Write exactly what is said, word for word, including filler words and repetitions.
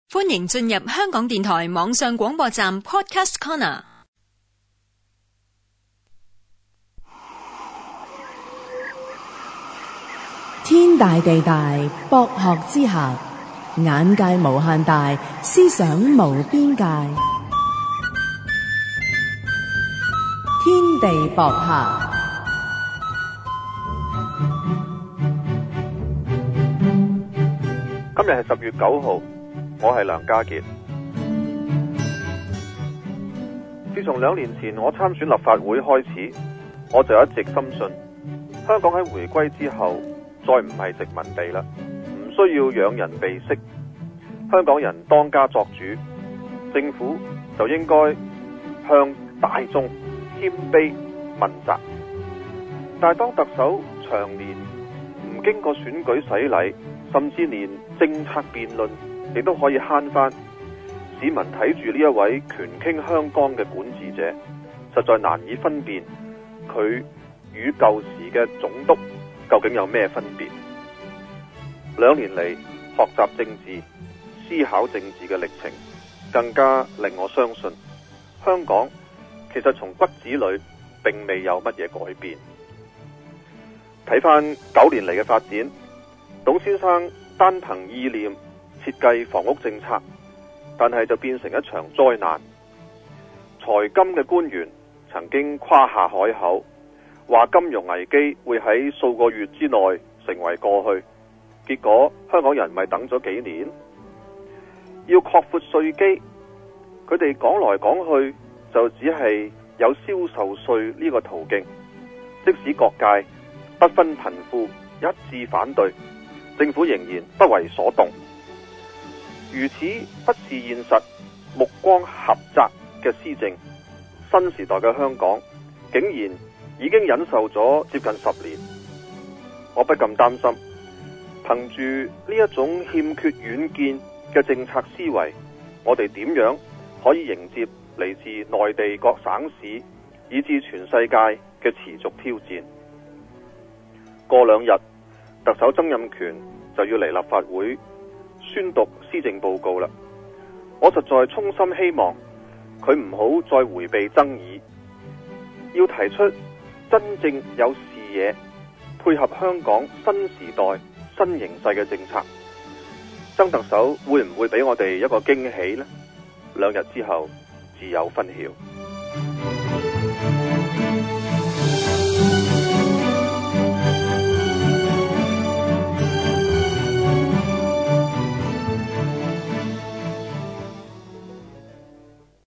歡迎進入香港電台網上廣播站 Podcast Corner。 天大地大，博學之下，眼界無限大，思想無邊界。天地博客。 今日係十月九號，我係梁家傑。自從兩年前我參選立法會開始，我就一直深信，香港喺回歸之後再唔係殖民地啦，唔需要仰人鼻息，香港人當家作主，政府就應該向大眾謙卑問責。但係當特首長年唔經過選舉洗禮，甚至連政策辯論亦都可以慳返，市民睇住呢一位權傾香港嘅管治者，實在難以分辨佢與舊時嘅總督究竟有咩分別。兩年嚟學習政治、思考政治嘅歷程，更加令我相信香港其實從骨子裏並未有乜嘢改變。睇返九年嚟嘅發展，董先生單憑意念設計房屋政策，但係就變成一場災難。財金嘅官員曾經誇下海口，話金融危機會喺數個月之內成為過去，結果香港人咪等咗幾年。要擴闊稅基，佢哋講來講去就只係有銷售稅呢個途徑，即使各界不分貧富一致反對，政府仍然不為所動。如此不是現實、目光狹窄嘅施政，新時代嘅香港竟然已經忍受咗接近十年。我不禁擔心，憑住呢一種欠缺遠見嘅政策思維，我哋點樣可以迎接嚟自內地各省市以至全世界嘅持續挑戰？過兩日，特首曾蔭權就要嚟立法會宣讀施政報告啦。我實在衷心希望佢唔好再迴避爭議，要提出真正有視野、配合香港新時代新形勢嘅政策。曾特首會唔會俾我哋一個驚喜呢？兩日之後自有分曉。